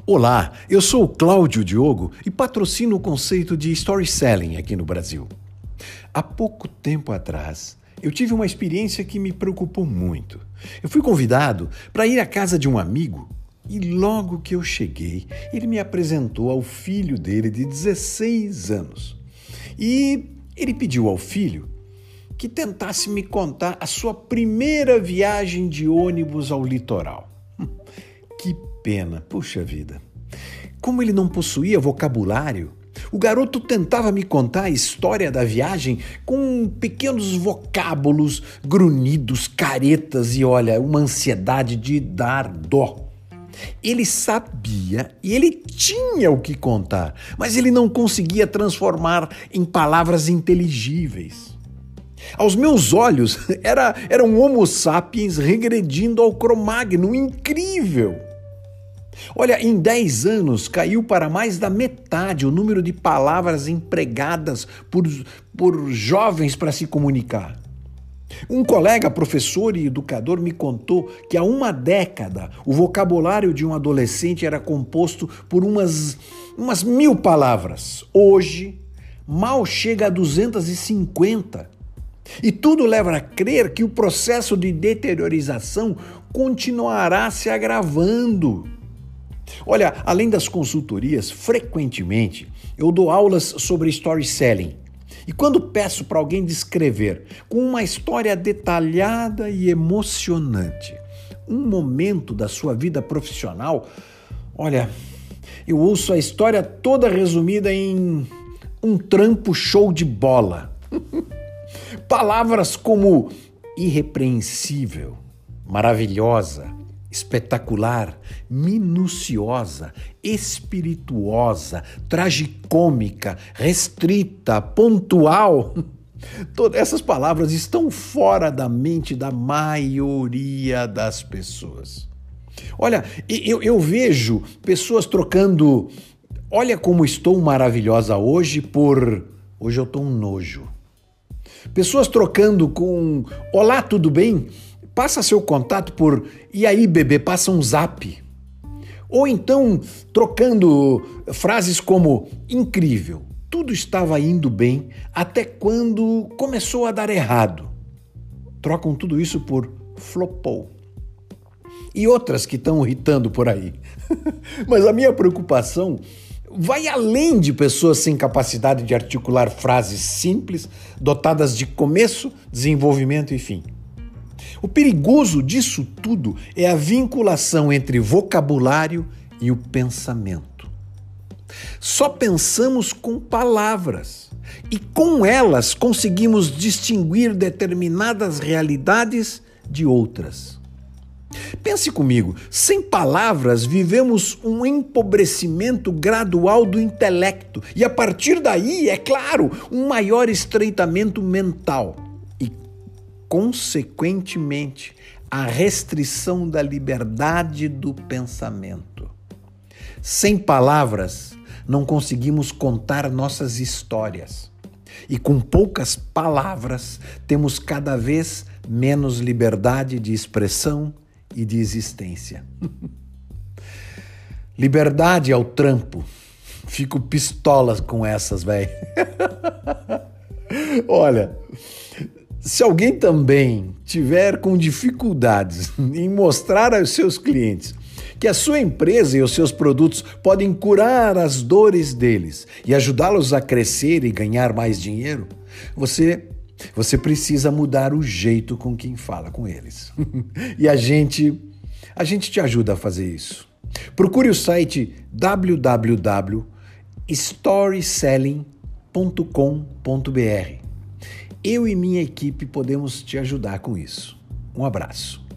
Olá, eu sou o Cláudio Diogo e patrocino o conceito de storytelling aqui no Brasil. Há pouco tempo atrás, eu tive uma experiência que me preocupou muito. Eu fui convidado para ir à casa de um amigo e logo que eu cheguei, ele me apresentou ao filho dele de 16 anos. E ele pediu ao filho que tentasse me contar a sua primeira viagem de ônibus ao litoral. Que pena, puxa vida. Como ele não possuía vocabulário, o garoto tentava me contar a história da viagem com pequenos vocábulos, grunhidos, caretas e, olha, uma ansiedade de dar dó. Ele sabia e ele tinha o que contar, mas ele não conseguia transformar em palavras inteligíveis. Aos meus olhos, era um Homo sapiens regredindo ao Cro-Magnon, incrível! Olha, em 10 anos caiu para mais da metade o número de palavras empregadas por jovens para se comunicar. Um colega, professor e educador, me contou que há uma década o vocabulário de um adolescente era composto por umas 1000 palavras. Hoje, mal chega a 250. E tudo leva a crer que o processo de deteriorização continuará se agravando. Olha, além das consultorias, frequentemente eu dou aulas sobre storytelling. E quando peço para alguém descrever com uma história detalhada e emocionante um momento da sua vida profissional, olha, eu ouço a história toda resumida em um trampo show de bola. Palavras como irrepreensível, maravilhosa, espetacular, minuciosa, espirituosa, tragicômica, restrita, pontual. Todas essas palavras estão fora da mente da maioria das pessoas. Olha, eu vejo pessoas trocando "olha como estou maravilhosa hoje" por "hoje eu estou um nojo". Pessoas trocando com "olá, tudo bem?" Passa seu contato por "e aí, bebê, passa um zap". Ou então trocando frases como "incrível, tudo estava indo bem até quando começou a dar errado". Trocam tudo isso por "flopou". E outras que estão irritando por aí. Mas a minha preocupação vai além de pessoas sem capacidade de articular frases simples, dotadas de começo, desenvolvimento e fim. O perigoso disso tudo é a vinculação entre vocabulário e o pensamento. Só pensamos com palavras e com elas conseguimos distinguir determinadas realidades de outras. Pense comigo, sem palavras vivemos um empobrecimento gradual do intelecto e a partir daí, é claro, um maior estreitamento mental. Consequentemente, a restrição da liberdade do pensamento. Sem palavras, não conseguimos contar nossas histórias. E com poucas palavras, temos cada vez menos liberdade de expressão e de existência. Liberdade ao trampo. Fico pistola com essas, velho. Olha, se alguém também tiver com dificuldades em mostrar aos seus clientes que a sua empresa e os seus produtos podem curar as dores deles e ajudá-los a crescer e ganhar mais dinheiro, você precisa mudar o jeito com quem fala com eles. E a gente te ajuda a fazer isso. Procure o site www.storyselling.com.br. Eu e minha equipe podemos te ajudar com isso. Um abraço.